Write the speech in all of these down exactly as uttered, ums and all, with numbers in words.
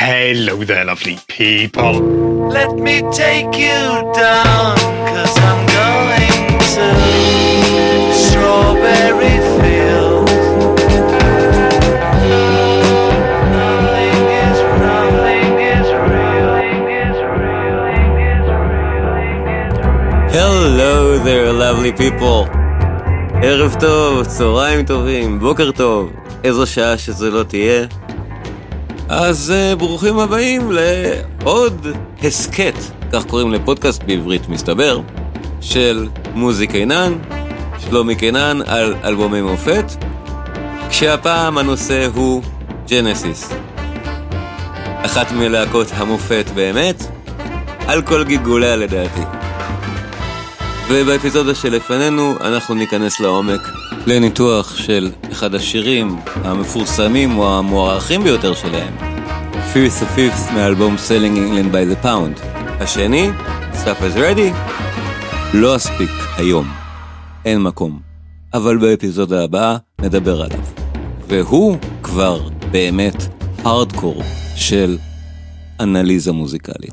Hello there, lovely people. Let me take you down, 'cause I'm going to Strawberry Fields. Nothing is, nothing is real. Hello there, lovely people. ערב טוב, צהריים טובים, בוקר טוב, איזו שעה שזה לא תהיה. אז uh, ברוכים הבאים לעוד הסקט, כך קוראים לפודקאסט בעברית מסתבר, של מוזי קינן, שלומי קינן על אלבומי מופת, כשהפעם הנושא הוא ג'נסיס. אחת מלהקות המופת באמת, על כל גיגוליה לדעתי. ובאפיזודה שלפנינו אנחנו ניכנס לעומק לניתוח של אחד השירים המפורסמים או המוערכים ביותר שלהם, Fifth of Fifth מאלבום Selling England by the Pound. השני, Stuff is Ready, לא אספיק היום, אין מקום, אבל באפיזודה הבאה נדבר עליו. והוא כבר באמת הארדקור של אנליזה מוזיקלית.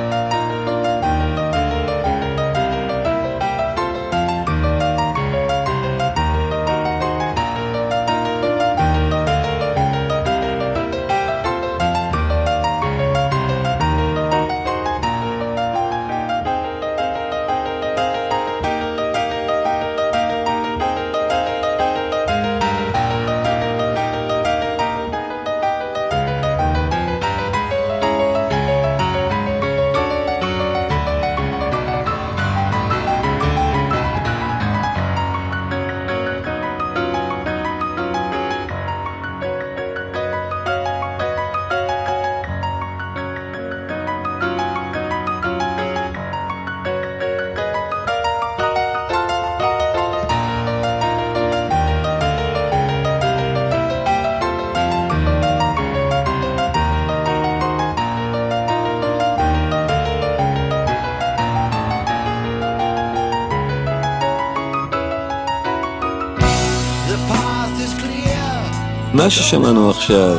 מה ששמענו עכשיו,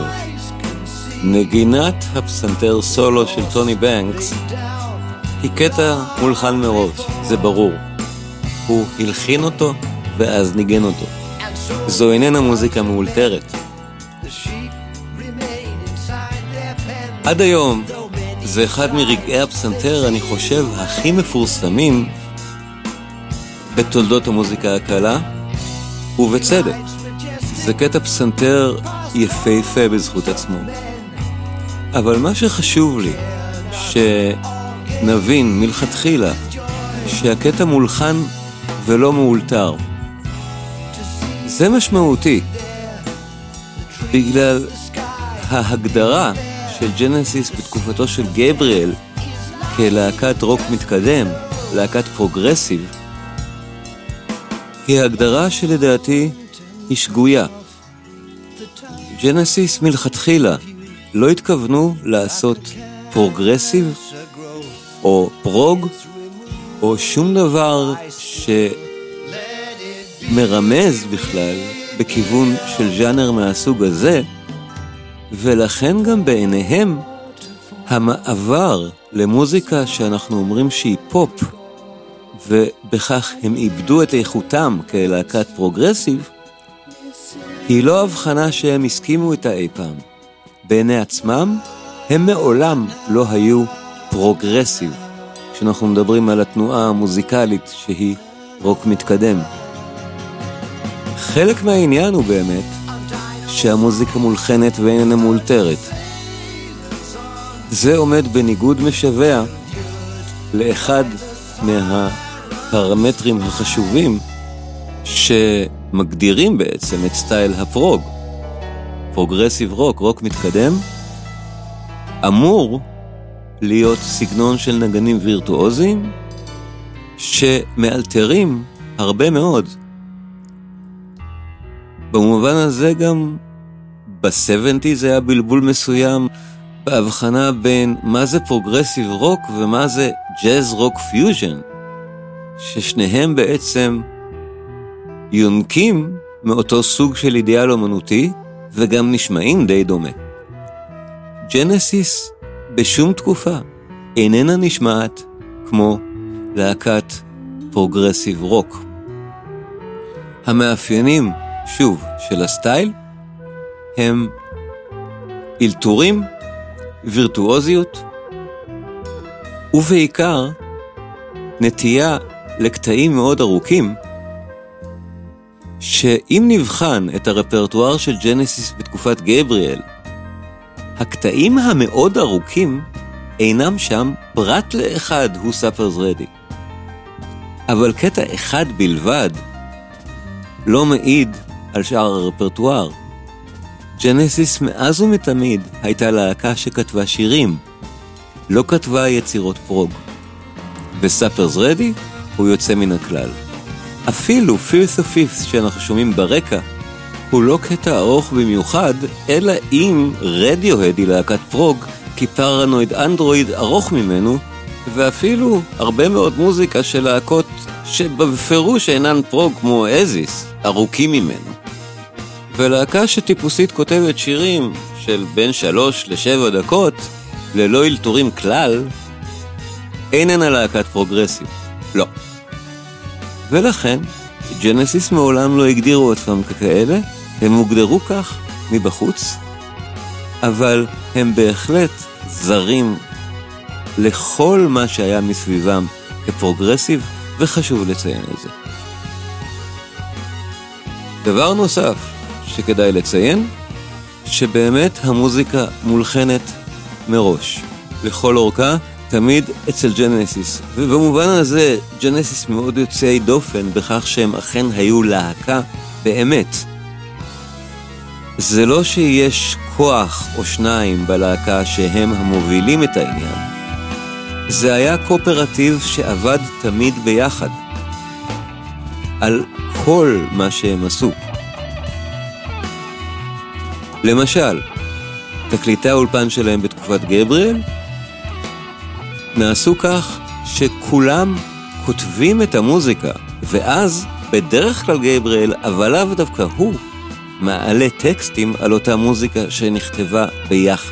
נגינת הפסנתר סולו של טוני בנקס, היא קטע מולחן מראש, זה ברור. הוא הלחין אותו ואז ניגן אותו. זו איננה מוזיקה מאולתרת. עד היום זה אחד מרגעי הפסנתר, אני חושב, הכי מפורסמים בתולדות המוזיקה הקלה, ובצדק. זה קטע פסנתר יפהפה בזכות עצמו. אבל מה שחשוב לי שנבין מלכתחילה שהקטע מולחן ולא מאולתר. זה משמעותי בגלל ההגדרה של ג'נסיס בתקופתו של גבריאל כלהקת רוק מתקדם, להקת פרוגרסיב, היא הגדרה שלדעתי היא שגויה. ג'נסיס מלכתחילה לא התכוונו לעשות פרוגרסיב או פרוג או שום דבר שמרמז בכלל בכיוון של ז'אנר מהסוג הזה, ולכן גם בעיניהם המעבר למוזיקה שאנחנו אומרים שהיא פופ, ובכך הם איבדו את איכותם כלהקת פרוגרסיב, היא לא הבחנה שהם הסכימו איתה אי פעם. בעיני עצמם, הם מעולם לא היו פרוגרסיב, כשאנחנו מדברים על התנועה המוזיקלית שהיא רוק מתקדם. חלק מהעניין הוא באמת שהמוזיקה מולחנת ואיננה מאולתרת. זה עומד בניגוד משווע לאחד מהפרמטרים החשובים ש... מגדירים בעצם את סטייל הפרוג. פרוגרסיב רוק, רוק מתקדם, אמור להיות סגנון של נגנים וירטואוזיים שמאלתרים הרבה מאוד. במובן הזה גם ב-שבעים זה היה בלבול מסוים בהבחנה בין מה זה פרוגרסיב רוק ומה זה ג'אז רוק פיוז'ן, ששניהם בעצם יונקים מאותו סוג של אידיאל אומנותי וגם נשמעים די דומה. ג'נסיס בשום תקופה איננה נשמעת כמו להקת פרוגרסיב רוק. המאפיינים, שוב, של הסטייל הם אלתורים, וירטואוזיות, ובעיקר נטייה לקטעים מאוד ארוכים, שאם נבחן את הרפרטואר של ג'נסיס בתקופת גבריאל, הקטעים המאוד ארוכים אינם שם פרט לאחד הוא סאפרס רדי. אבל קטע אחד בלבד לא מעיד על שאר הרפרטואר. ג'נסיס מאז ומתמיד הייתה להקה שכתבה שירים, לא כתבה יצירות פרוג. וסאפרס רדי הוא יוצא מן הכלל. אפילו Fears of Fifth שאנחנו שומעים ברקע הוא לא קטע ארוך במיוחד, אלא אם רדיוהד היא להקת פרוג, כי פרנויד אנדרואיד ארוך ממנו, ואפילו הרבה מאוד מוזיקה של להקות שבפירוש אינן פרוג כמו אזיס, ארוכים ממנו. ולהקה שטיפוסית כותבת שירים של בין שלוש לשבע דקות, ללא אלתורים כלל, איננה להקת פרוגרסיב. לא. ולכן, ג'נסיס מעולם לא הגדירו עצמם ככאלה, הם הוגדרו כך מבחוץ, אבל הם בהחלט זרים לכל מה שהיה מסביבם כפרוגרסיב, וחשוב לציין את זה. דבר נוסף שכדאי לציין, שבאמת המוזיקה מולחנת מראש. לכל אורכה, תמיד אצל ג'נסיס. ובמובן הזה, ג'נסיס מאוד יוצאי דופן בכך שהם אכן היו להקה באמת. זה לא שיש כוח או שניים בלהקה שהם המובילים את העניין. זה היה קואופרטיב שעבד תמיד ביחד. על כל מה שהם עשו. למשל, תקליטי האולפן שלהם בתקופת גבריאל נעשו כך שכולם כותבים את המוזיקה, ואז בדרך כלל גבריאל, אבל לאו דווקא הוא, מעלה טקסטים על אותה מוזיקה שנכתבה ביחד.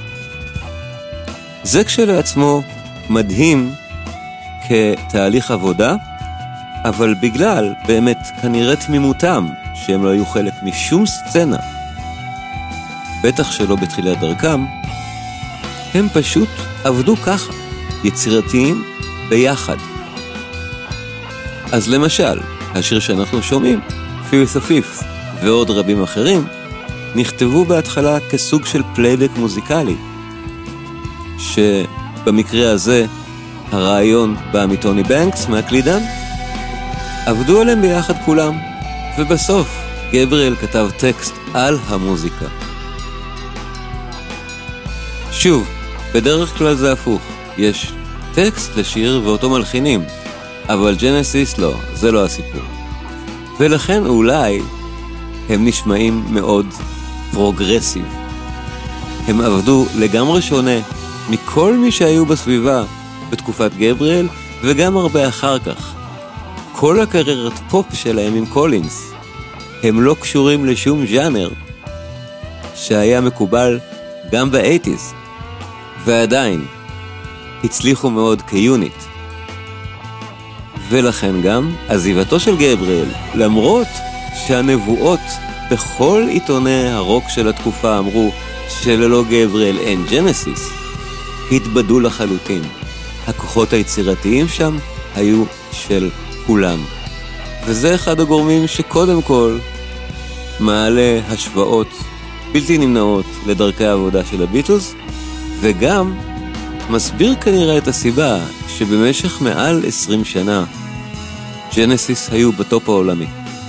זה כשלעצמו מדהים כתהליך עבודה, אבל בגלל באמת כנראה תמימותם שהם לא היו חלק משום סצנה, בטח שלא בתחילת דרכם, הם פשוט עבדו ככה, יצירתיים ביחד. אז למשל, השיר שאנחנו שומעים, Fears of Fifth, ועוד רבים אחרים, נכתבו בהתחלה כסוג של פלייבק מוזיקלי, שבמקרה הזה הרעיון בא מטוני בנקס מהקלידן, עבדו עליהם ביחד כולם, ובסוף גבריאל כתב טקסט על המוזיקה. שוב, בדרך כלל זה הפוך, יש טקסט לשיר ואותו מלחינים, אבל ג'נסיס לא, זה לא הסיפור. ולכן אולי הם נשמעים מאוד פרוגרסיב. הם עבדו לגמרי שונה מכל מי שהיו בסביבה בתקופת גבריאל, וגם הרבה אחר כך. כל הקריירת פופ שלהם עם קולינס, הם לא קשורים לשום ז'אנר שהיה מקובל גם ב-שמונים, ועדיין הצליחו מאוד כיוניט. ולכן גם עזיבתו של גבריאל, למרות שהנבואות בכל עיתוני הרוק של התקופה אמרו שללא גבריאל אין ג'נסיס, התבדו לחלוטין. הכוחות היצירתיים שם היו של כולם. וזה אחד הגורמים שקודם כל מעלה השוואות בלתי נמנעות לדרכי העבודה של הביטלס, וגם מסביר כנראה את הסיבה שבמשך מעל עשרים שנה ג'נסיס היו בטופ העולמי.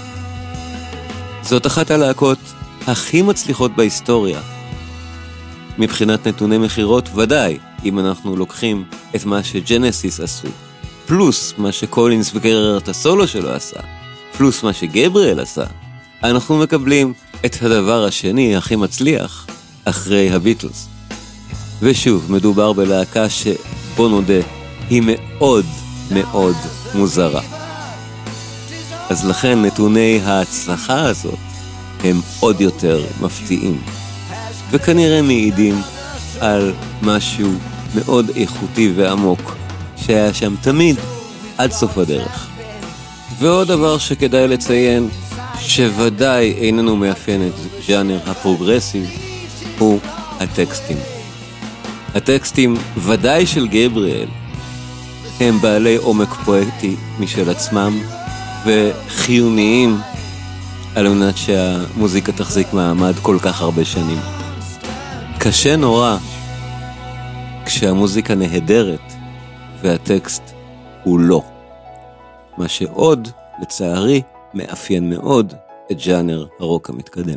זאת אחת הלהקות הכי מצליחות בהיסטוריה. מבחינת נתוני מחירות ודאי, אם אנחנו לוקחים את מה שג'נסיס עשו, פלוס מה שקולינס וקריירת הסולו שלו עשה, פלוס מה שגבריאל עשה, אנחנו מקבלים את הדבר השני הכי מצליח אחרי הביטלס. ושוב, מדובר בלהקה שבוא נודה, היא מאוד מאוד מוזרה. אז לכן נתוני ההצלחה הזאת הם עוד יותר מפתיעים, וכנראה מעידים על משהו מאוד איכותי ועמוק, שהיה שם תמיד עד סוף הדרך. ועוד דבר שכדאי לציין, שוודאי איננו מאפיין את ז'אנר הפרוגרסיב, הוא הטקסטים. הטקסטים, ודאי של גבריאל, הם בעלי עומק פואטי משל עצמם, וחיוניים על מנת שהמוזיקה תחזיק מעמד כל כך הרבה שנים. קשה נורא כשהמוזיקה נהדרת והטקסט הוא לא. מה שעוד, לצערי, מאפיין מאוד את ז'אנר הרוק המתקדם.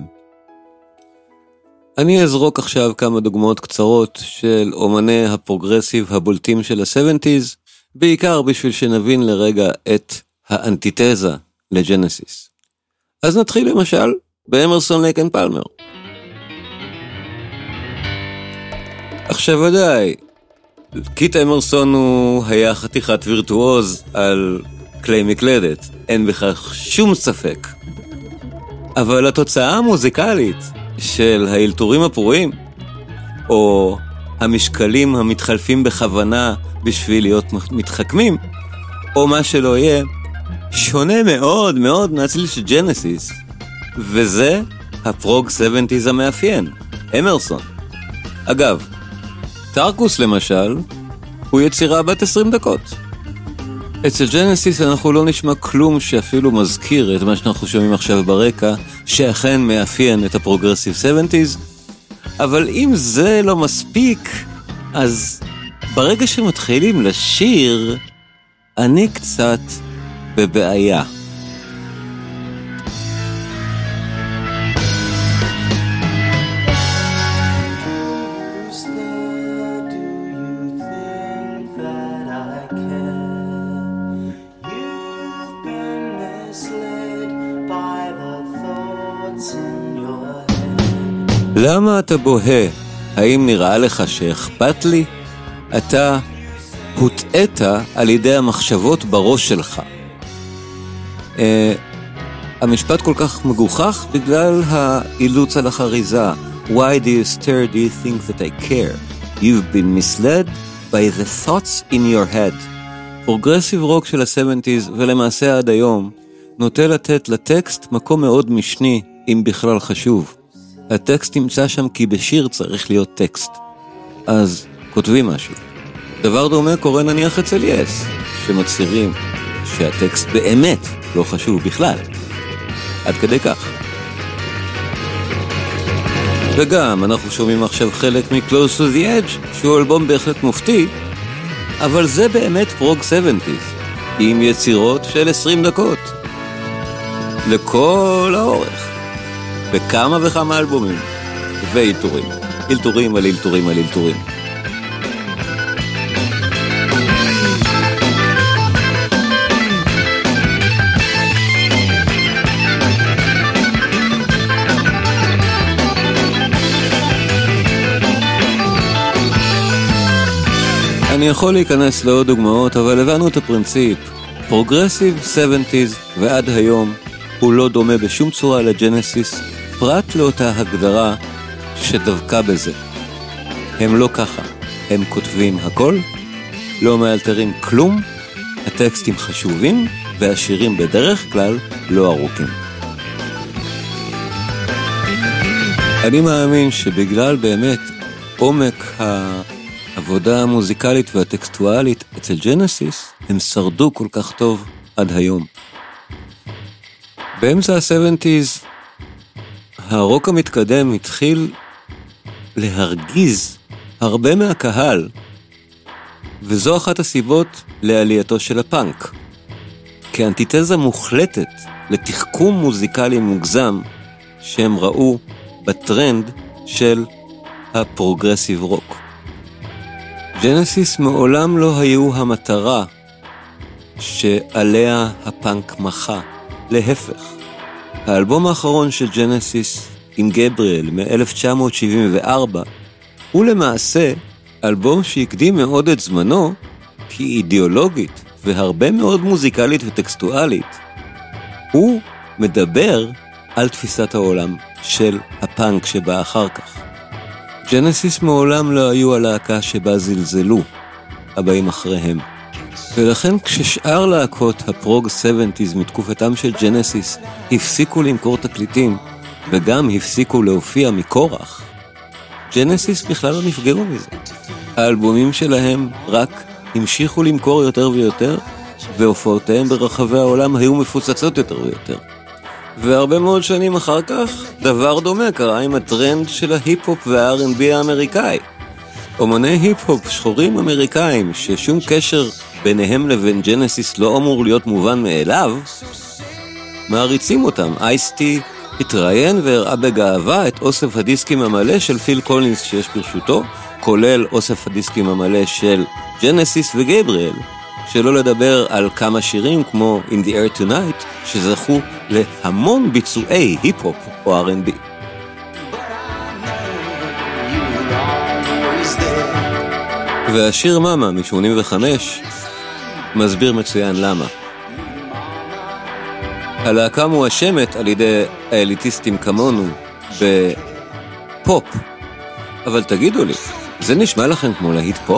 אני אזרוק עכשיו כמה דוגמאות קצרות של אומני הפרוגרסיב הבולטים של ה-שבעים, בעיקר בשביל שנבין לרגע את האנטיתזה לג'נסיס. אז נתחיל למשל באמרסון לייק אנד פלמר. עכשיו ודאי, קיט אמרסון הוא היה חתיכת וירטואוז על כלי מקלדת, אין בכך שום ספק. אבל התוצאה המוזיקלית של האלתורים הפרועים, או המשקלים המתחלפים בכוונה בשביל להיות מתחכמים, או מה שלא יהיה, שונה מאוד מאוד מהצליל של ג'נסיס, וזה הפרוג שבעים המאפיין, אמרסון. אגב, טרקוס למשל, הוא יצירה בת עשרים דקות. אצל ג'נסיס אנחנו לא נשמע כלום שאפילו מזכיר את מה שאנחנו שומעים עכשיו ברקע, שאכן מאפיין את הפרוגרסיב שבעים, אבל אם זה לא מספיק, אז ברגע שמתחילים לשיר, אני קצת בבעיה. למה אתה בוהה? האם נראה לך שאכפת לי? אתה הוטעת על ידי המחשבות בראש שלך. Uh, המשפט כל כך מגוחך בגלל האילוץ על החריזה. Why do you stare? Do you think that I care? You've been misled by the thoughts in your head. פרוגרסיב רוק של ה-שבעים ולמעשה עד היום נוטה לתת לטקסט מקום מאוד משני, אם בכלל חשוב. הטקסט נמצא שם כי בשיר צריך להיות טקסט. אז כותבים משהו. דבר דומה קורה נניח אצל יס, שמצהירים שהטקסט באמת לא חשוב בכלל. עד כדי כך. וגם אנחנו שומעים עכשיו חלק מ-Close to the Edge, שהוא אלבום בהחלט מופתי, אבל זה באמת פרוג שבעים, עם יצירות של עשרים דקות. לכל האורך. בכמה וכמה אלבומים. ואילתורים. אילתורים על אילתורים על אילתורים. אני יכול להיכנס לעוד דוגמאות, אבל הבנו את הפרינציפ. פרוגרסיב שבעים ועד היום הוא לא דומה בשום צורה לג'נסיס, פרט לאותה הגדרה שדווקא בזה. הם לא ככה, הם כותבים הכל, לא מאלתרים כלום, הטקסטים חשובים והשירים בדרך כלל לא ארוכים. אני מאמין שבגלל באמת עומק העבודה המוזיקלית והטקסטואלית אצל ג'נסיס, הם שרדו כל כך טוב עד היום. באמצע ה-שבעים הרוק המתקדם התחיל להרגיז הרבה מהקהל, וזו אחת הסיבות לעלייתו של הפאנק. כאנטיתזה מוחלטת לתחכום מוזיקלי מוגזם שהם ראו בטרנד של הפרוגרסיב רוק. ג'נסיס מעולם לא היו המטרה שעליה הפאנק מחה. להפך, האלבום האחרון של ג'נסיס עם גבריאל מ-אלף תשע מאות שבעים וארבע הוא למעשה אלבום שהקדים מאוד את זמנו, כי אידיאולוגית והרבה מאוד מוזיקלית וטקסטואלית הוא מדבר על תפיסת העולם של הפאנק שבא אחר כך. ג'נסיס מעולם לא היו הלהקה שבה זלזלו הבאים אחריהם. ולכן כששאר להקות הפרוג שבעים מתקופתם של ג'נסיס הפסיקו למכור תקליטים וגם הפסיקו להופיע מכורח, ג'נסיס בכלל לא נפגעו מזה. האלבומים שלהם רק המשיכו למכור יותר ויותר, והופעותיהם ברחבי העולם היו מפוצצות יותר ויותר. והרבה מאוד שנים אחר כך, דבר דומה קרה עם הטרנד של ההיפ-הופ וה-אר אנד בי האמריקאי. אומני היפ-הופ שחורים אמריקאים, ששום קשר ביניהם לבין ג'נסיס לא אמור להיות מובן מאליו, מעריצים אותם. אייס-טי התראיין והראה בגאווה את אוסף הדיסקים המלא של פיל קולינס שיש ברשותו, כולל אוסף הדיסקים המלא של ג'נסיס וגבריאל, שלא לדבר על כמה שירים כמו In the Air Tonight, שזכו להמון ביצועי היפ-הופ או אר אנד בי. והשיר מאמה מ-שמונים וחמש מסביר מצוין למה. הלהקה מואשמת על ידי האליטיסטים כמונו בפופ, אבל תגידו לי, זה נשמע לכם כמו להיט פופ?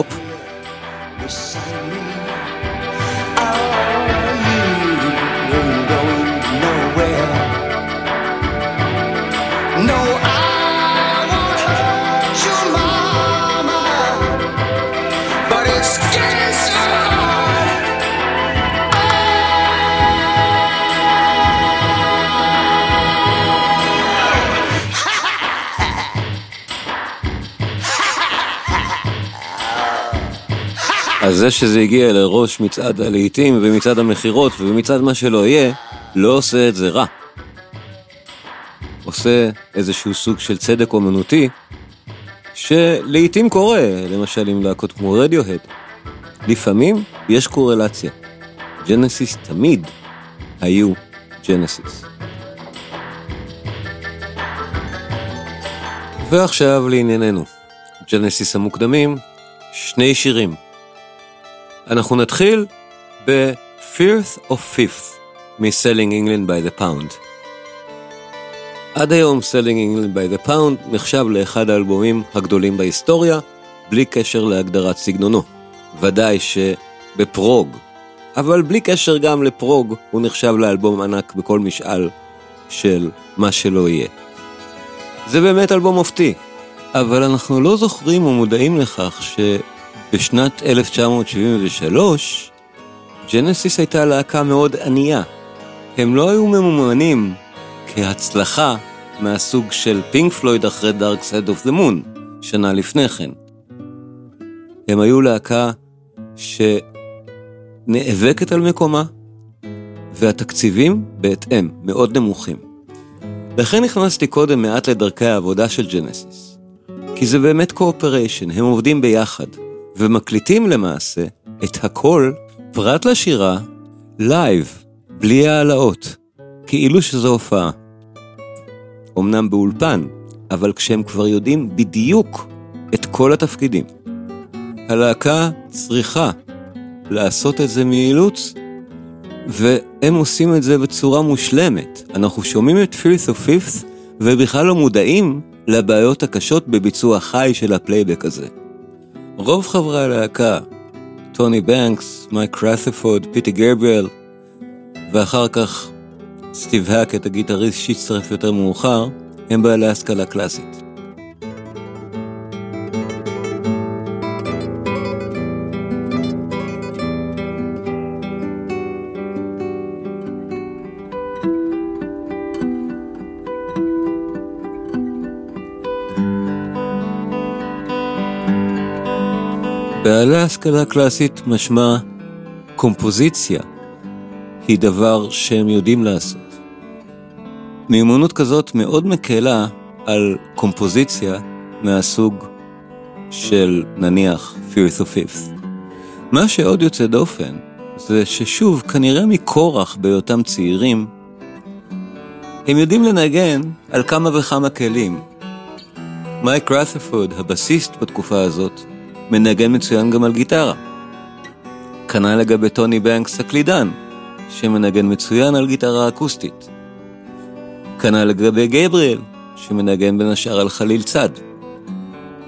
אז זה שזה הגיע לראש מצעד הלהיטים ומצעד המחירות ומצעד מה שלא יהיה, לא עושה את זה רע. עושה איזשהו סוג של צדק אומנותי, שלעיתים קורה, למשל עם להקות כמו רדיוהד. לפעמים יש קורלציה. ג'נסיס תמיד היו ג'נסיס. ועכשיו לענייננו. ג'נסיס המוקדמים, שני שירים. אנחנו נתחיל ב-Firth of Fifth מ-Selling England by the Pound. עד היום Selling England by the Pound נחשב לאחד האלבומים הגדולים בהיסטוריה, בלי קשר להגדרת סגנונו. ודאי שבפרוג, אבל בלי קשר גם לפרוג, הוא נחשב לאלבום ענק בכל משאל של מה שלא יהיה. זה באמת אלבום מופתי, אבל אנחנו לא זוכרים ומודעים לכך ש... בשנת אלף תשע מאות שבעים ושלוש, ג'נסיס הייתה להקה מאוד ענייה. הם לא היו ממומנים כהצלחה מהסוג של פינק פלויד אחרי Dark Side of the Moon, שנה לפני כן. הם היו להקה שנאבקת על מקומה, והתקציבים בהתאם, מאוד נמוכים. לכן נכנסתי קודם מעט לדרכי העבודה של ג'נסיס. כי זה באמת קואופריישן, הם עובדים ביחד. ומקליטים למעשה את הכל פרט לשירה לייב, בלי העלאות, כאילו שזו הופעה. אמנם באולפן, אבל כשהם כבר יודעים בדיוק את כל התפקידים. הלהקה צריכה לעשות את זה מאילוץ, והם עושים את זה בצורה מושלמת. אנחנו שומעים את Firth of Fifth ובכלל לא מודעים לבעיות הקשות בביצוע חי של הפלייבק הזה. רוב חברי הלהקה, טוני בנקס, מייק רת'פורד, פיטי גבריאל, ואחר כך סטיב האקט, הגיטריסט שהצטרף יותר מאוחר, הם בעלי השכלה קלאסית. בעלי השכלה קלאסית משמע קומפוזיציה היא דבר שהם יודעים לעשות. מיומנות כזאת מאוד מקלה על קומפוזיציה מהסוג של נניח Firth of Fifth. מה שעוד יוצא דופן זה ששוב כנראה מכורח בהיותם צעירים הם יודעים לנגן על כמה וכמה כלים. מייק רת'פורד, הבסיסט בתקופה הזאת, מנגן מצוין גם על גיטרה. כנ"ל לגבי טוני בנקס הקלידן, שמנגן מצוין על גיטרה אקוסטית. כנ"ל לגבי גבריאל, שמנגן בין השאר על חליל צד.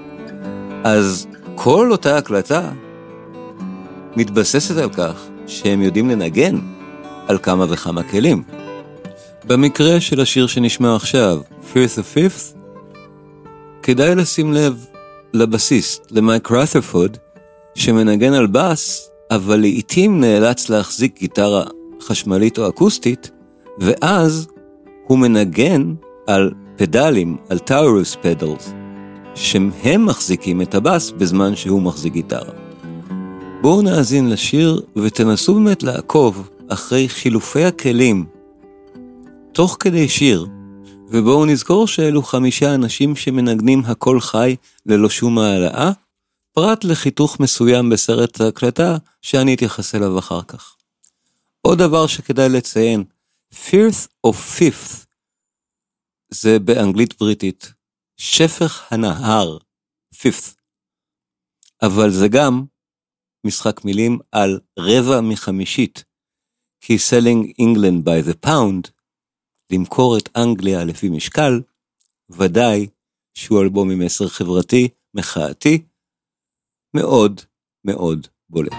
אז כל אותה הקלטה מתבססת על כך שהם יודעים לנגן על כמה וכמה כלים. במקרה של השיר שנשמע עכשיו, Firth of Fifth, כדאי לשים לב לבסיס, למייק רת'רפורד, שמנגן על בס, אבל לעתים נאלץ להחזיק גיטרה חשמלית או אקוסטית, ואז הוא מנגן על פדלים, על טאורוס פדלס, שהם מחזיקים את הבס בזמן שהוא מחזיק גיטרה. בואו נאזין לשיר ותנסו באמת לעקוב אחרי חילופי הכלים תוך כדי שיר, ובואו נזכור שאלו חמישה אנשים שמנגנים הכל חי ללא שום העלאה, פרט לחיתוך מסוים בסרט ההקלטה שאני אתייחס אליו אחר כך. עוד דבר שכדאי לציין, Firth of Fifth, זה באנגלית בריטית, שפך הנהר, Fifth. אבל זה גם משחק מילים על רבע מחמישית, כי Selling England by the Pound, למכור את אנגליה לפי משקל, ודאי שהוא אלבום עם מסר חברתי, מחאתי, מאוד מאוד בולט.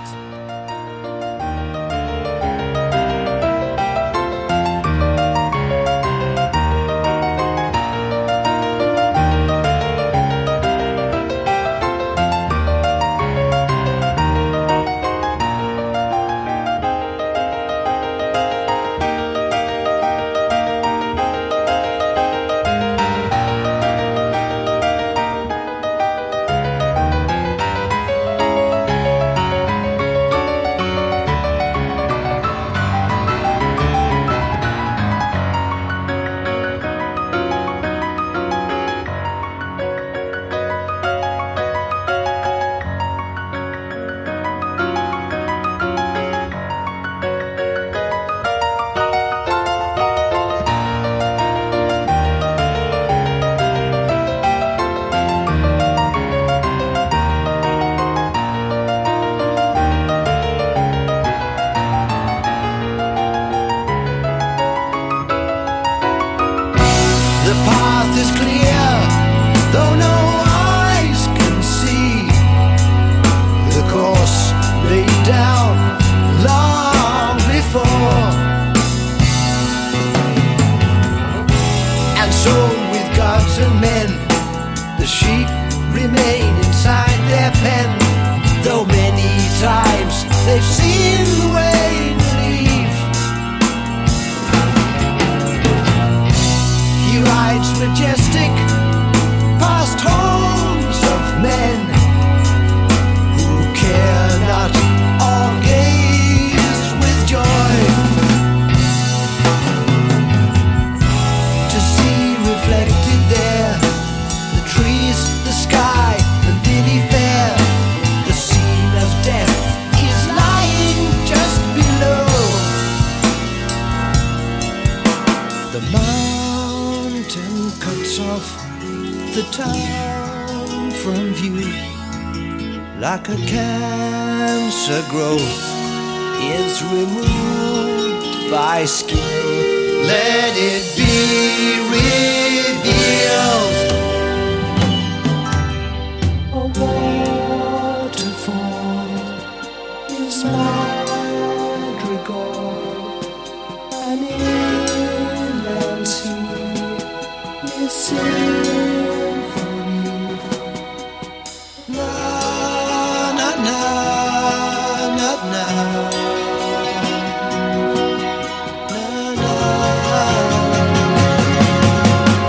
Like a cancer growth is removed by skill. Let it be revealed. A waterfall is madrigal. An inland sea is symphony. Na na na na na na.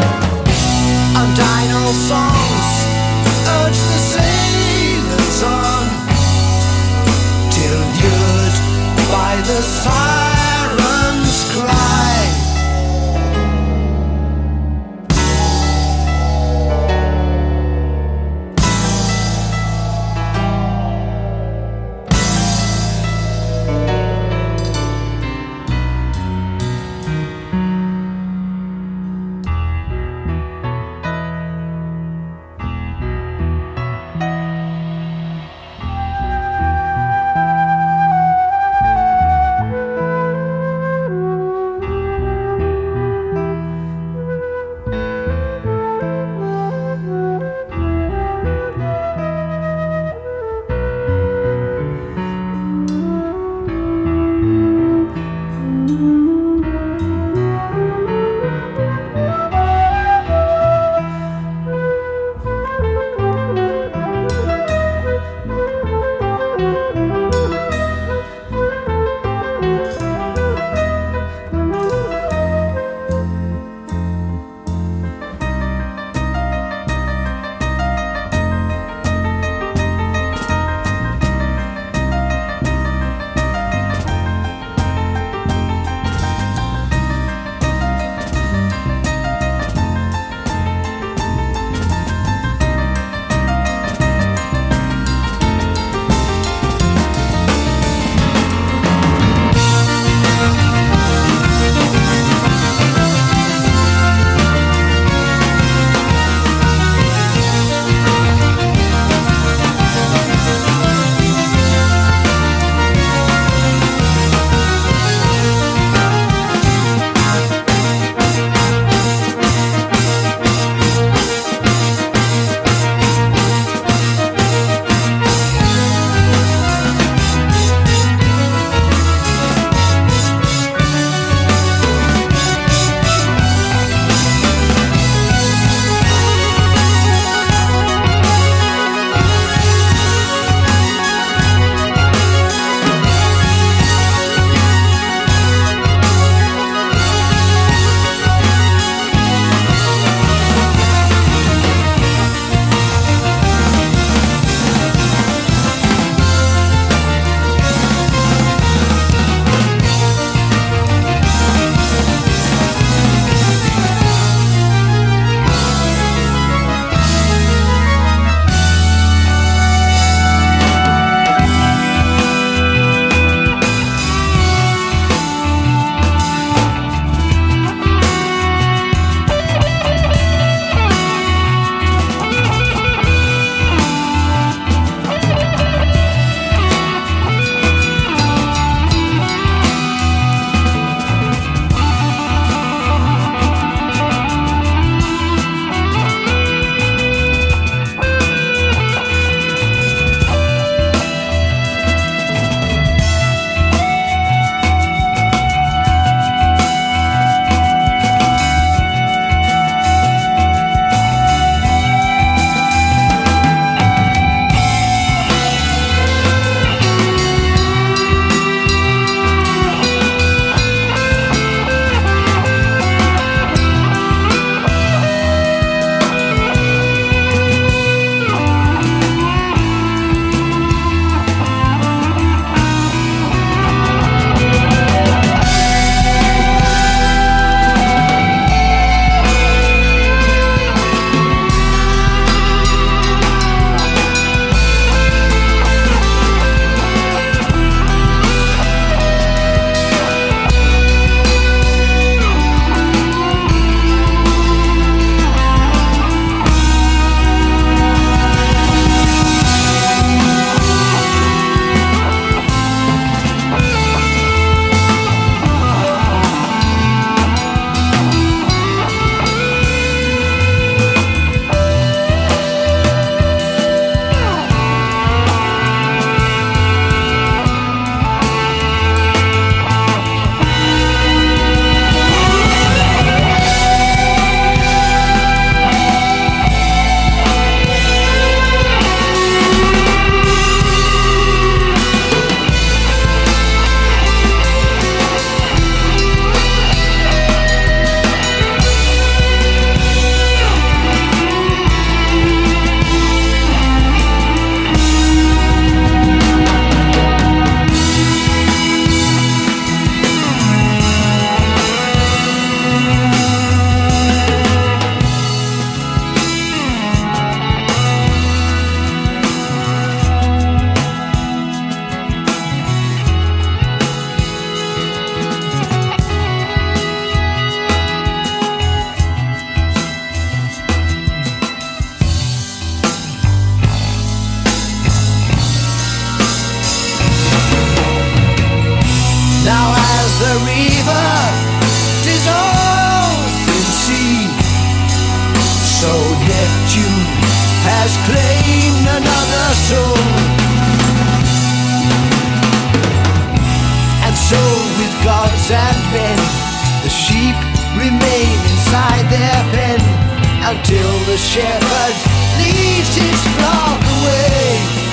sandpen. The sheep remain inside their pen until the shepherd leads his flock away.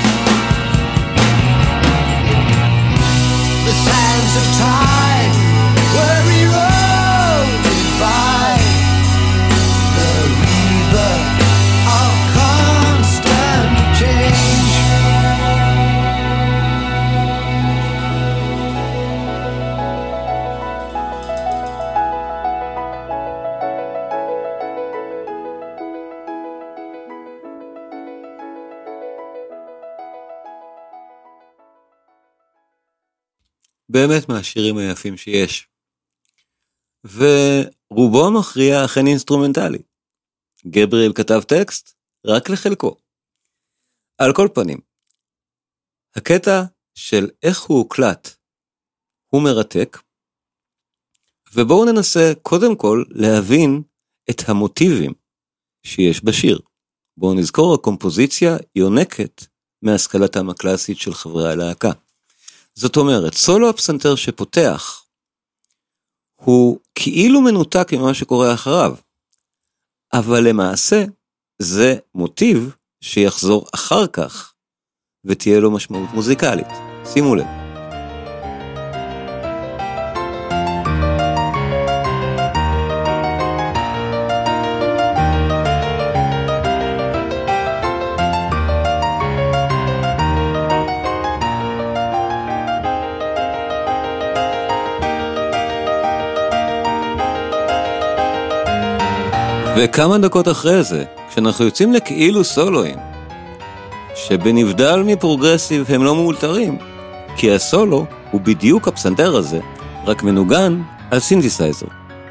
The sands of time were eroded by the river of constant change. באמת מהשירים היפים שיש. ורובו המכריע אכן אינסטרומנטלי. גבריאל כתב טקסט רק לחלקו. על כל פנים, הקטע של איך הוא הוקלט הוא מרתק, ובואו ננסה קודם כל להבין את המוטיבים שיש בשיר. בואו נזכור, הקומפוזיציה יונקת מהשכלתם הקלאסית של חברי הלהקה. זאת אומרת, סולו הפסנתר שפותח, הוא כאילו מנותק ממה שקורה אחריו, אבל למעשה זה מוטיב שיחזור אחר כך, ותהיה לו משמעות מוזיקלית. שימו לב. וכמה דקות אחרי זה, כשאנחנו יוצאים לכאילו סולואים, שבנבדל מפרוגרסיב הם לא מאולתרים, כי הסולו הוא בדיוק הפסנתר הזה, רק מנוגן על סינתסייזר.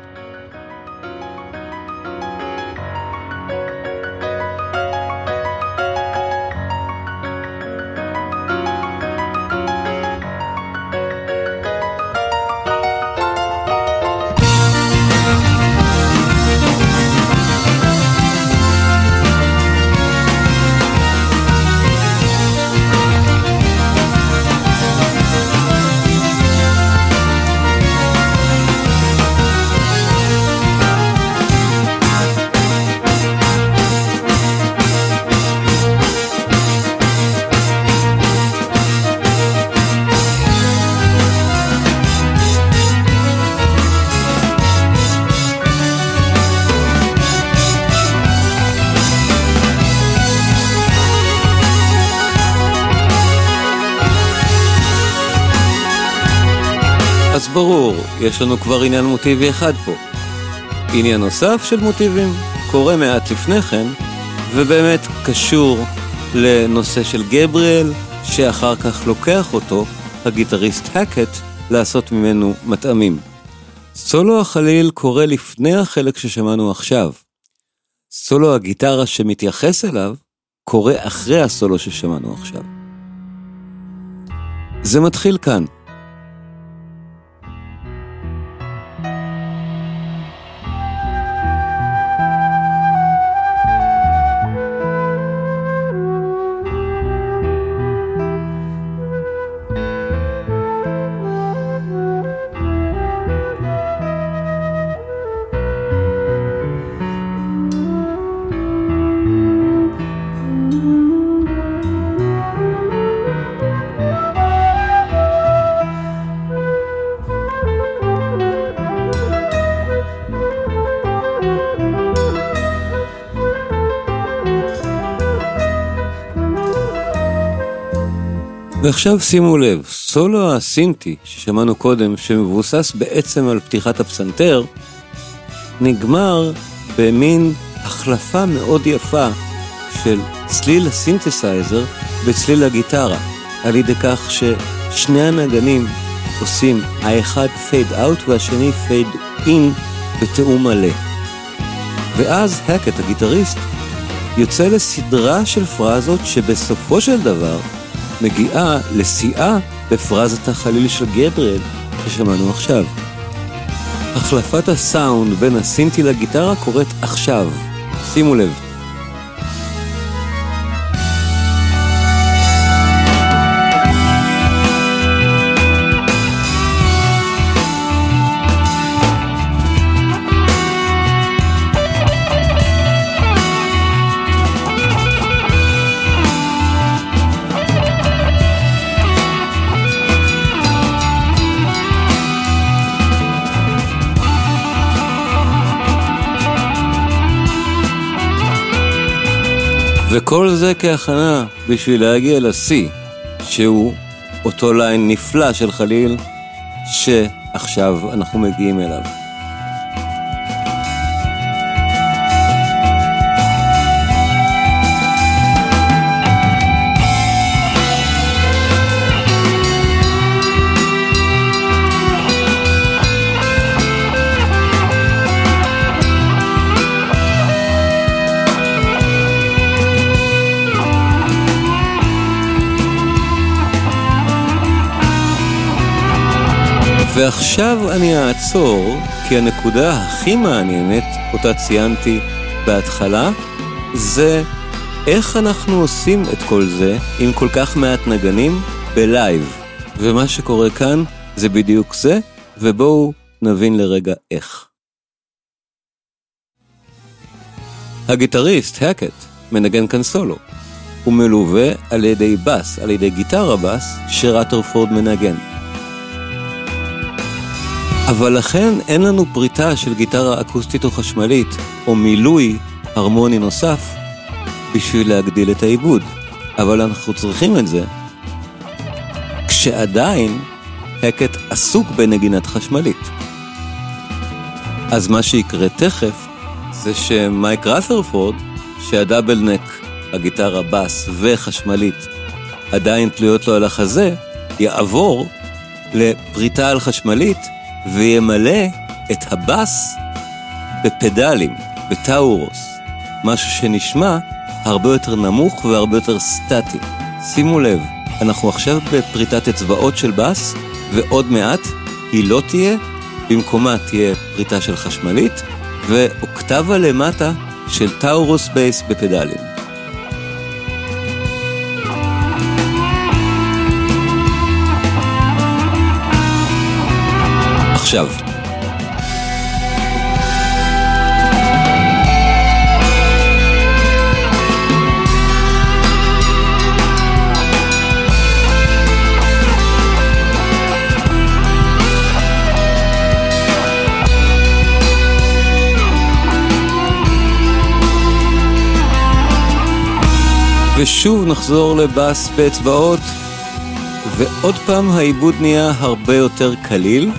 אז ברור, יש לנו כבר עניין מוטיבי אחד פה. עניין נוסף של מוטיבים קורה מעט לפני כן, ובאמת קשור לנושא של גבריאל, שאחר כך לוקח אותו, הגיטריסט הקט, לעשות ממנו מטעמים. סולו החליל קורה לפני החלק ששמענו עכשיו. סולו הגיטרה שמתייחס אליו, קורה אחרי הסולו ששמענו עכשיו. זה מתחיל כאן. ועכשיו שימו לב, סולו הסינטי ששמענו קודם, שמבוסס בעצם על פתיחת הפסנתר, נגמר במין החלפה מאוד יפה של צליל הסינתסייזר בצליל הגיטרה, על ידי כך ששני הנגנים עושים האחד פייד אאוט והשני פייד אין בתאום מלא. ואז הקט, הגיטריסט, יוצא לסדרה של פרזות שבסופו של דבר מגיעה לשיאה בפרזת החליל של גבריאל ששמענו עכשיו. החלפת הסאונד בין הסינטי לגיטרה קורית עכשיו. שימו לב. וכל זה כהכנה בשביל להגיע לשיא, שהוא אותו ליין נפלא של חליל, שעכשיו אנחנו מגיעים אליו. ועכשיו אני אעצור, כי הנקודה הכי מעניינת, אותה ציינתי בהתחלה, זה איך אנחנו עושים את כל זה עם כל כך מעט נגנים בלייב. ומה שקורה כאן זה בדיוק זה, ובואו נבין לרגע איך. הגיטריסט, הקט, מנגן כאן סולו. הוא מלווה על ידי בס, על ידי גיטרה בס, שרת'רפורד מנגן. אבל לכן אין לנו פריטה של גיטרה אקוסטית או חשמלית, או מילוי הרמוני נוסף, בשביל להגדיל את העיבוד. אבל אנחנו צריכים את זה, כשעדיין הקט עסוק בנגינת חשמלית. אז מה שיקרה תכף, זה שמייק רת'רפורד, שהדאבל נק, הגיטרה בס וחשמלית, עדיין תלויות לו על החזה, יעבור לפריטה על חשמלית, וימלא את הבס בפדלים, בטאורוס, משהו שנשמע הרבה יותר נמוך והרבה יותר סטטי. שימו לב, אנחנו עכשיו בפריטת אצבעות של בס, ועוד מעט היא לא תהיה, במקומה תהיה פריטה של חשמלית, ואוקטבה למטה של טאורוס בייס בפדלים. עכשיו. ושוב נחזור לבס באצבעות, ועוד פעם העיבוד נהיה הרבה יותר קליל.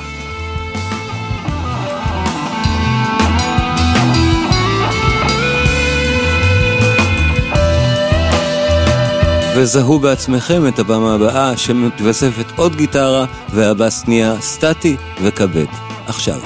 וזהו בעצמכם את הבמה הבאה שמתווספת עוד גיטרה והבס נהיה סטטי וכבד. עכשיו.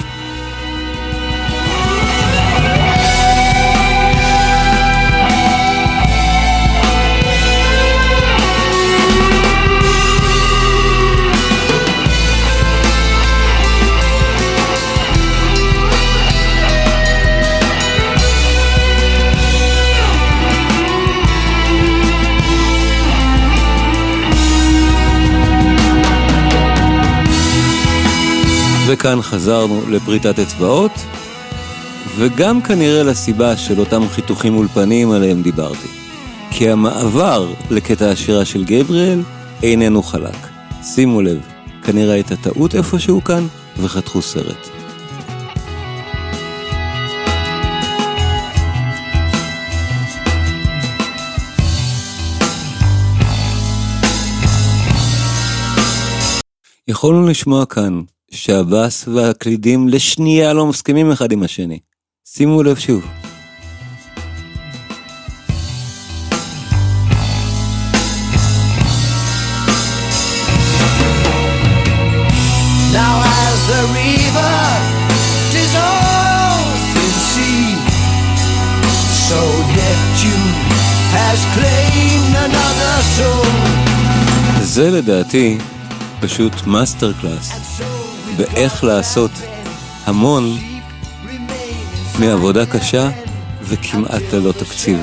וכאן חזרנו לפריטת אצבעות, וגם כנראה לסיבה של אותם חיתוכים אולפניים עליהם דיברתי. כי המעבר לקטע השירה של גבריאל איננו חלק. שימו לב, כנראה הייתה טעות איפשהו כאן, וחתכו סרט. יכולנו לשמוע כאן שהבאס והקלידים לשנייה לא מסכימים אחד עם השני. שימו לב שוב. Now as the river dissolves in sea, so Neptune has claimed another soul. זה לדעתי פשוט מאסטר קלאס באיך לעשות המון מעבודה קשה וכמעט ללא תקציב.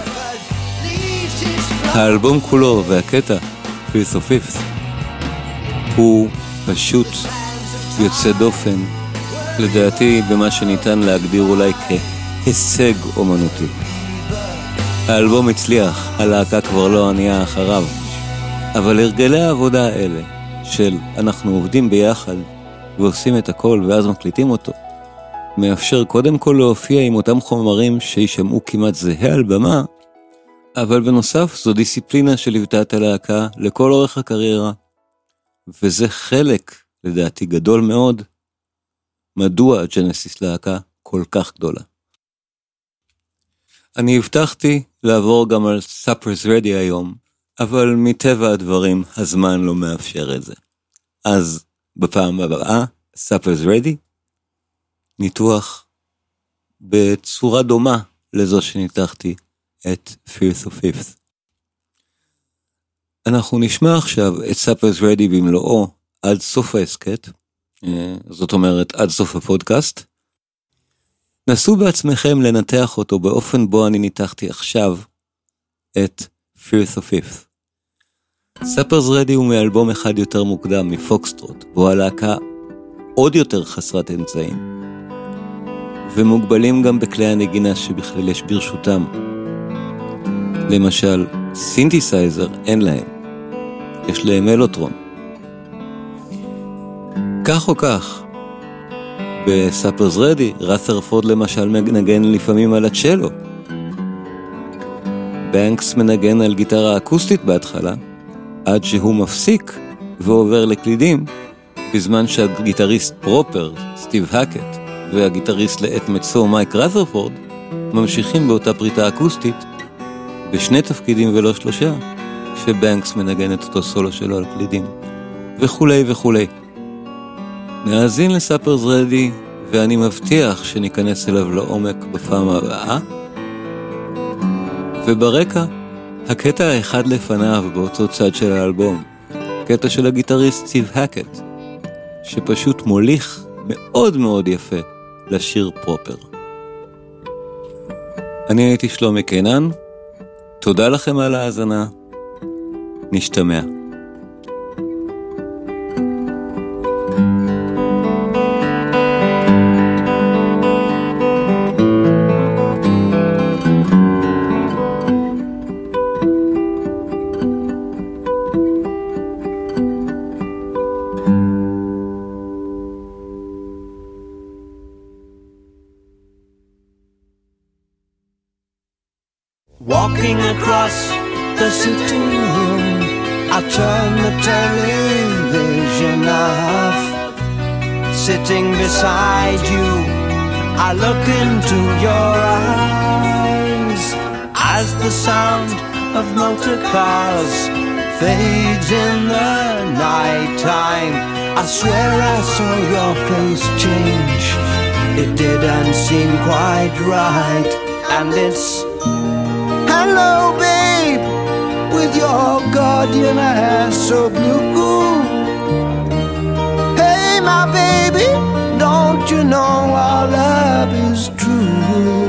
האלבום כולו והקטע Fifth of Fifth הוא פשוט יוצא דופן, לדעתי במה שניתן להגדיר אולי כהישג אומנותי. האלבום הצליח, הלהקה כבר לא ענייה אחריו, אבל הרגלי העבודה האלה של אנחנו עובדים ביחד ועושים את הכל ואז מקליטים אותו, מאפשר קודם כל להופיע עם אותם חומרים שישמעו כמעט זהה על במה, אבל בנוסף זו דיסציפלינה שליוותה את הלהקה לכל אורך הקריירה, וזה חלק, לדעתי גדול מאוד, מדוע ג'נסיס להקה כל כך גדולה. אני הבטחתי לעבור גם על Supper's Ready היום, אבל מטבע הדברים הזמן לא מאפשר את זה. אז בפעם הבאה, Supper's Ready, ניתוח בצורה דומה לזו שניתחתי את Fears of Fifth. אנחנו נשמע עכשיו את Supper's Ready במלואו עד סוף ההסקט, זאת אומרת עד סוף הפודקאסט. נסו בעצמכם לנתח אותו באופן בו אני ניתחתי עכשיו את Fears of Fifth. Supper's Ready הוא מאלבום אחד יותר מוקדם מפוקסטרוט, בו הלהקה עוד יותר חסרת אמצעים, ומוגבלים גם בכלי הנגינה שבכלל יש ברשותם. למשל, סינתסייזר אין להם, יש להם מלוטרון. כך או כך, ב-Supper's Ready, רת'רפורד למשל מנגן לפעמים על הצ'לו. בנקס מנגן על גיטרה אקוסטית בהתחלה, עד שהוא מפסיק ועובר לקלידים, בזמן שהגיטריסט פרופר, סטיב הקט, והגיטריסט לעת מצו מייק רת'רפורד, ממשיכים באותה פריטה אקוסטית, בשני תפקידים ולא שלושה, שבנקס מנגן את אותו סולו שלו על קלידים, וכולי וכולי. נאזין ל-Supper's Ready, ואני מבטיח שניכנס אליו לעומק בפעם הבאה. וברקע, הקטע האחד לפניו באותו צד של האלבום, קטע של הגיטריסט סטיב הקט, שפשוט מוליך מאוד מאוד יפה לשיר פרופר. אני הייתי שלומי קינן, תודה לכם על ההאזנה, נשתמע. Walking across the sitting room, I turn the television off. Sitting beside you, I look into your eyes. As the sound of motor cars fades in the night time, I swear I saw your face change. It didn't seem quite right, and it's hello, babe, with your guardian eyes so blue. Hey, my baby, don't you know our love is true?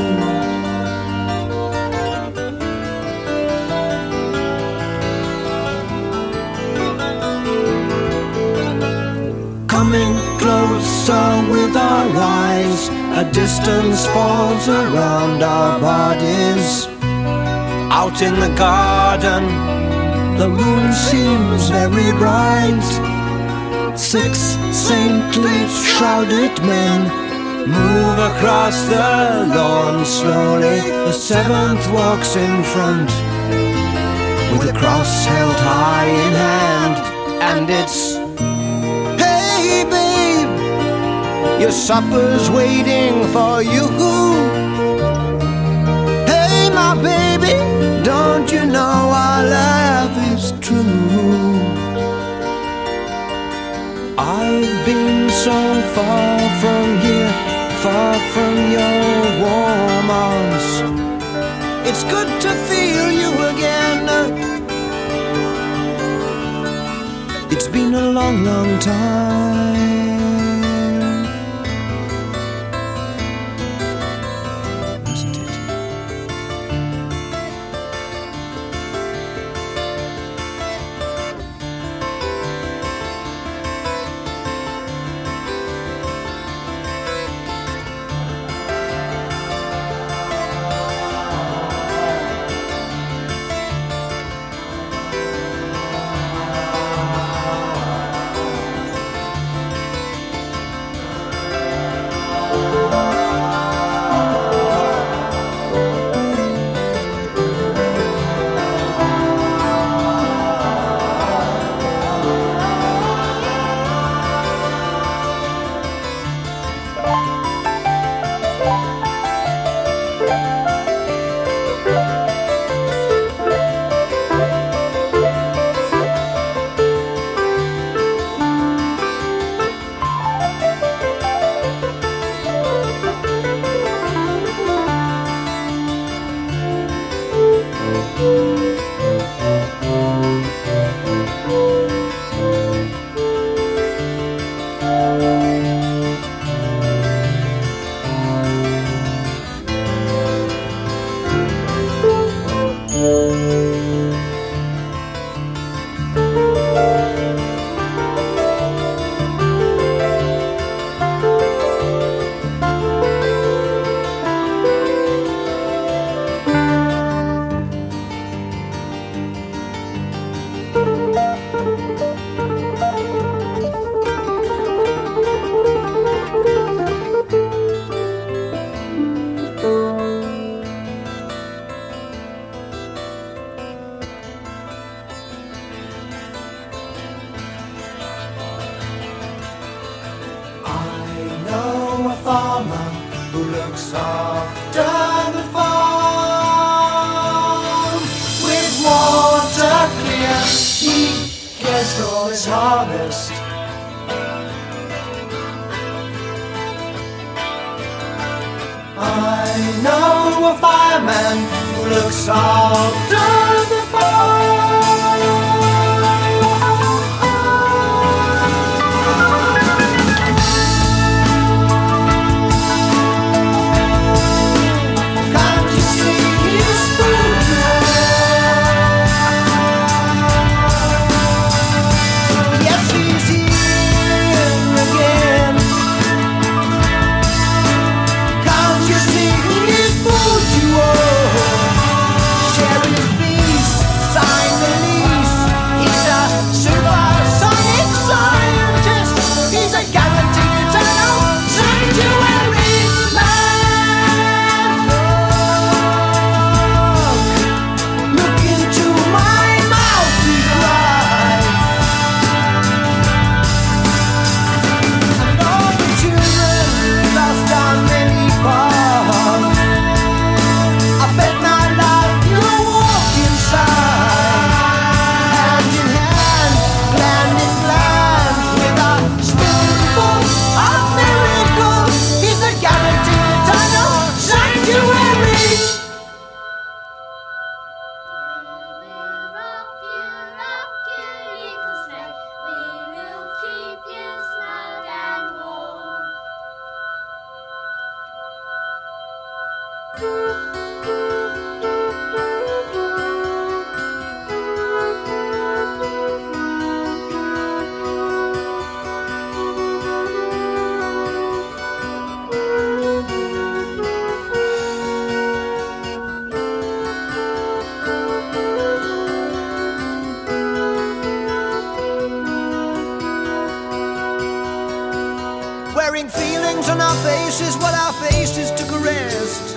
Coming closer with our eyes, a distance falls around our bodies. Out in the garden, the moon seems very bright. Six saintly shrouded men move across the lawn slowly. The seventh walks in front with a cross held high in hand, and it's, hey babe, your supper's waiting for you. Hey my baby, don't you know our love is true? I've been so far from here, far from your warm arms. It's good to feel you again. It's been a long, long time. farmer who looks after the farm. With water clear, he cares for his harvest. I know a fireman who looks after the farm. Can't you see his food? Yes, he's here again. Can't you see his food you owe? Share his peace, sign the lease. He's a supersonic scientist. He's a guaranteed eternal sanctuary man. Look into my mouth, he cried. And all the children lost on many paths. I bet my life you'll walk inside, hand in hand, gland in gland, with a spoonful of miracles. He's the guaranteed eternal sanctuary. We'll rock you, rock you, little snake. We will keep you snug and warm. Wearing feelings on our faces while our faces took a rest.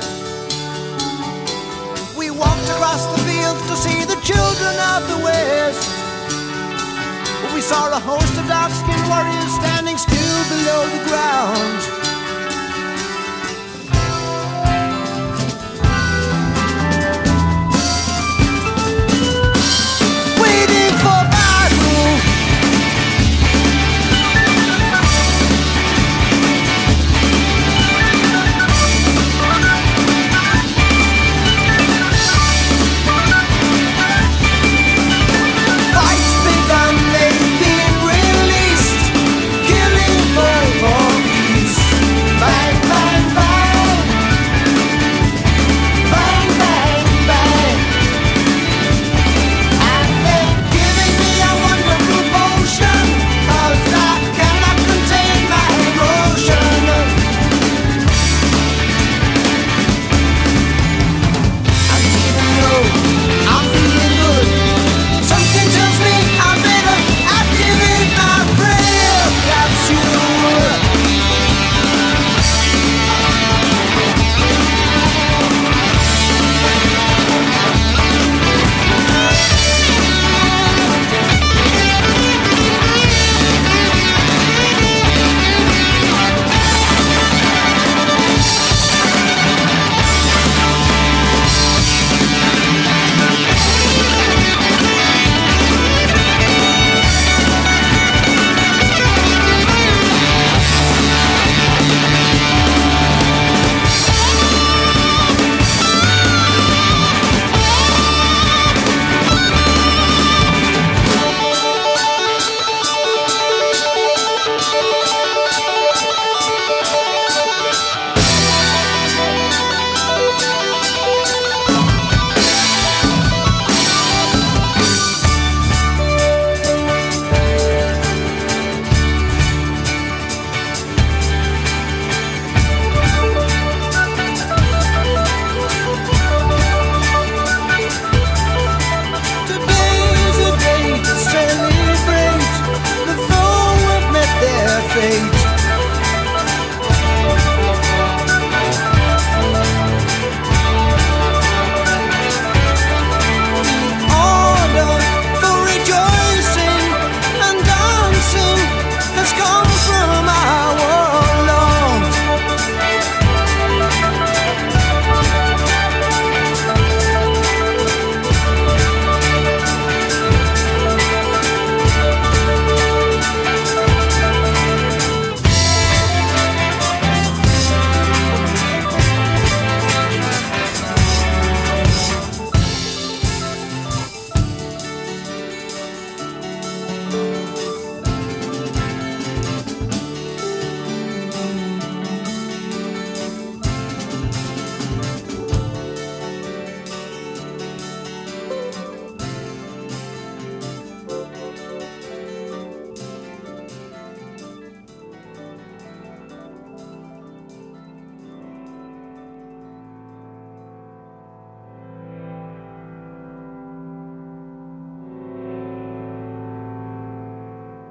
We walked across the fields to see the children of the West. We saw a host of dark-skinned warriors standing still below the ground. Waiting for battle. Fights begun, they've been released, killing for for peace.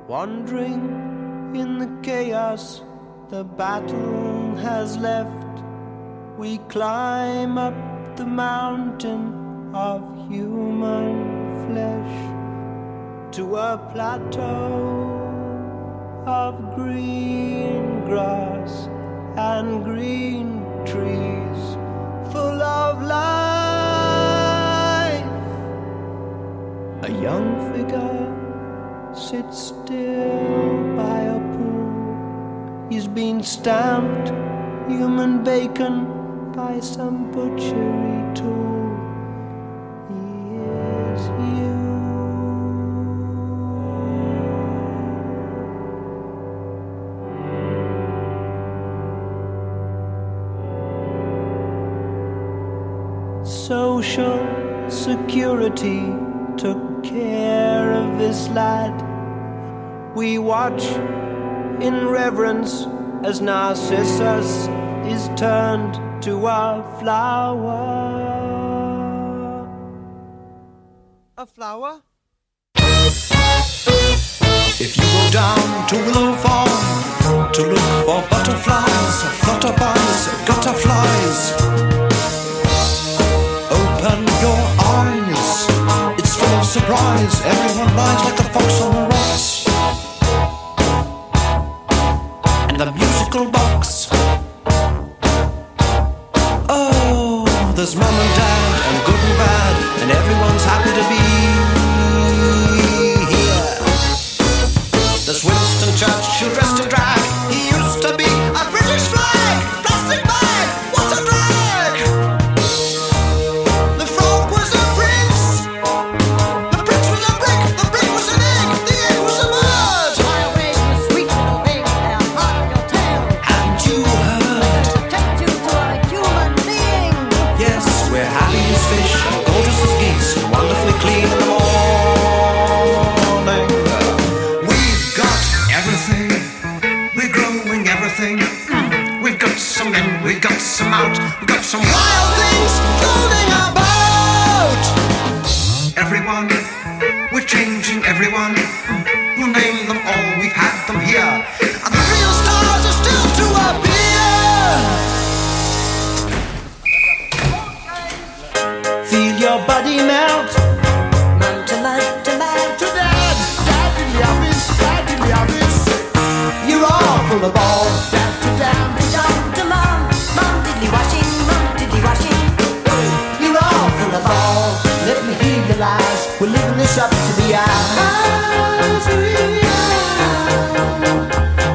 Wandering in the chaos the battle has left, we climb up the mountain of human flesh to a plateau of green grass and green trees full of life. A young figure sits still by a pool. He's been stamped human bacon by some butchery tool. He is you. Social security took care of this lad. We watch in reverence as Narcissus is turned to a flower. A flower? If you go down to Willow Farm to look for butterflies, flutterbugs, gutterflies, open your eyes, it's full of surprise. Everyone lies like the fox on the rocks. And the musical box, oh, there's mum and dad and good and bad, and everyone's happy to be here. There's Winston Churchill dressed in drag. He used to be a British flag. Plastic bag, what a drag. The frog was a prince. The prince was a brick. The brick was an egg. The egg was a bird. Fly away, you sweet little thing, and part of your tail. And you heard, Protect you to a human being. yes, we're happy as fish and gorgeous as geese and wonderfully clean in the morning. We've got everything. We're growing everything. We've got some in, we've got some out. We've got some wild things floating about. Everyone, we're changing everyone. You name them all, we've had them here. And the real stars are still to appear. Feel your body melt. Man to man to man. To dad, dad in the office, dad in the office. You're all full of ball. Dad to dad, Dum to mum. Mum diddly washing, mum diddly washing. you're all full of ball. Let me hear your lies. We're living this up to the eyes we are.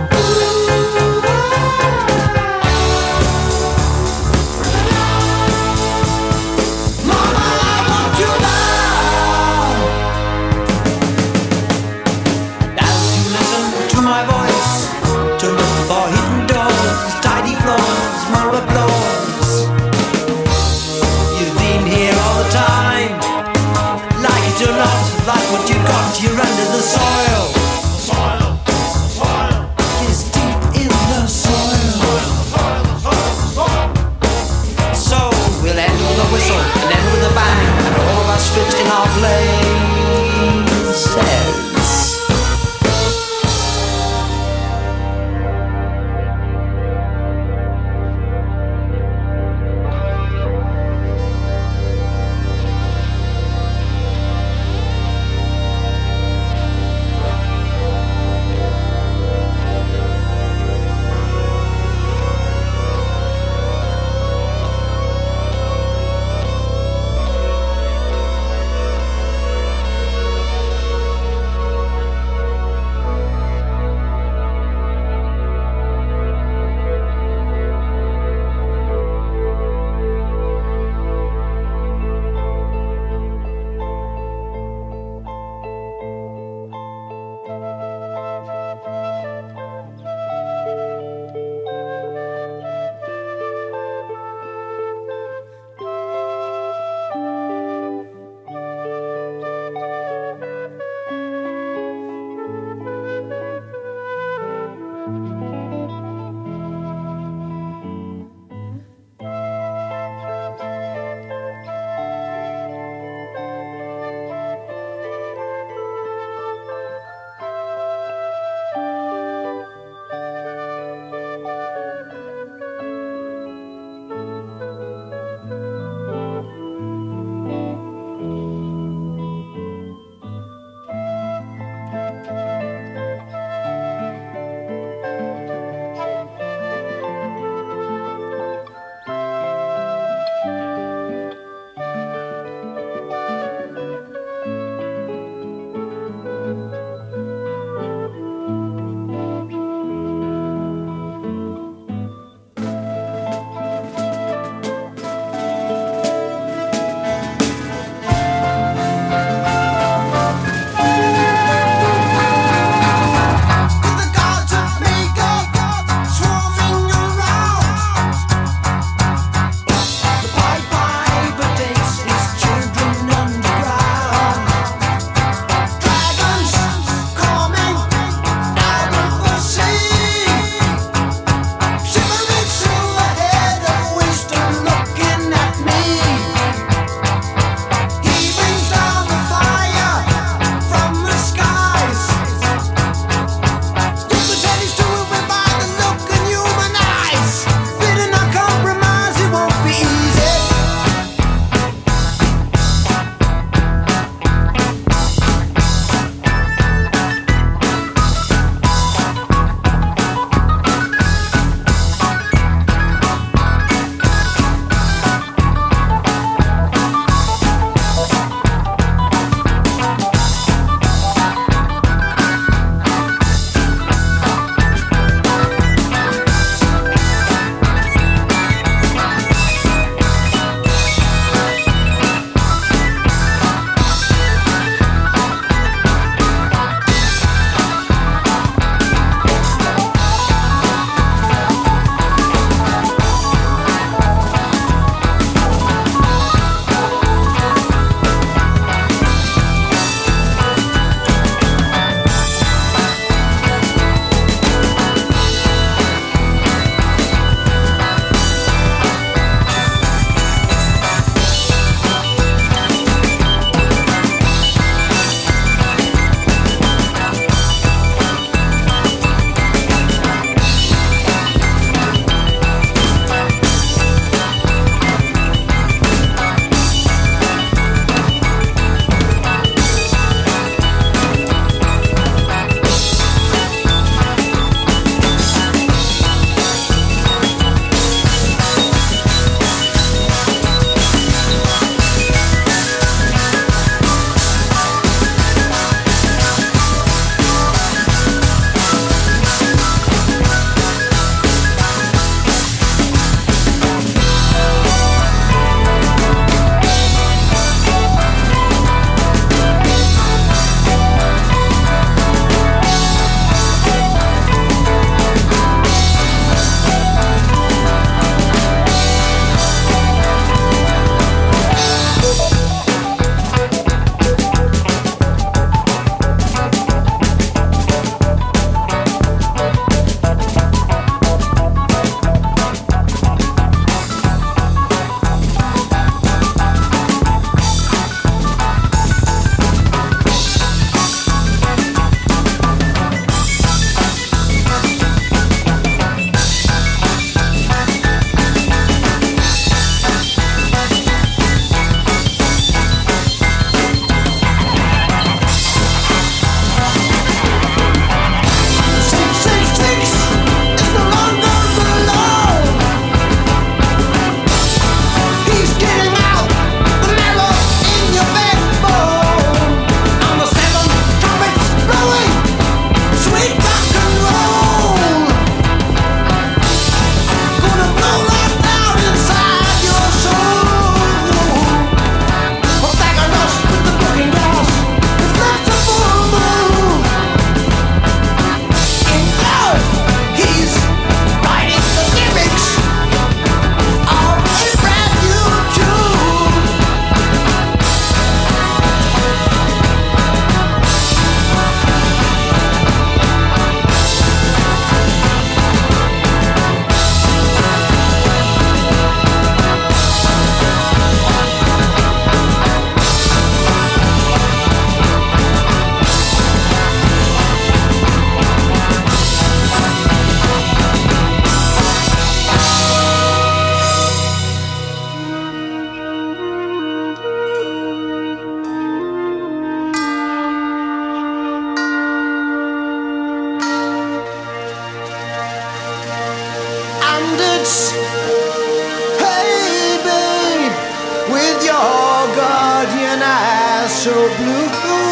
kiss. Hey babe, with your guardian eyes so blue.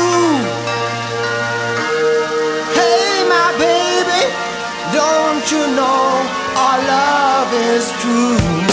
Hey my baby, don't you know our love is true?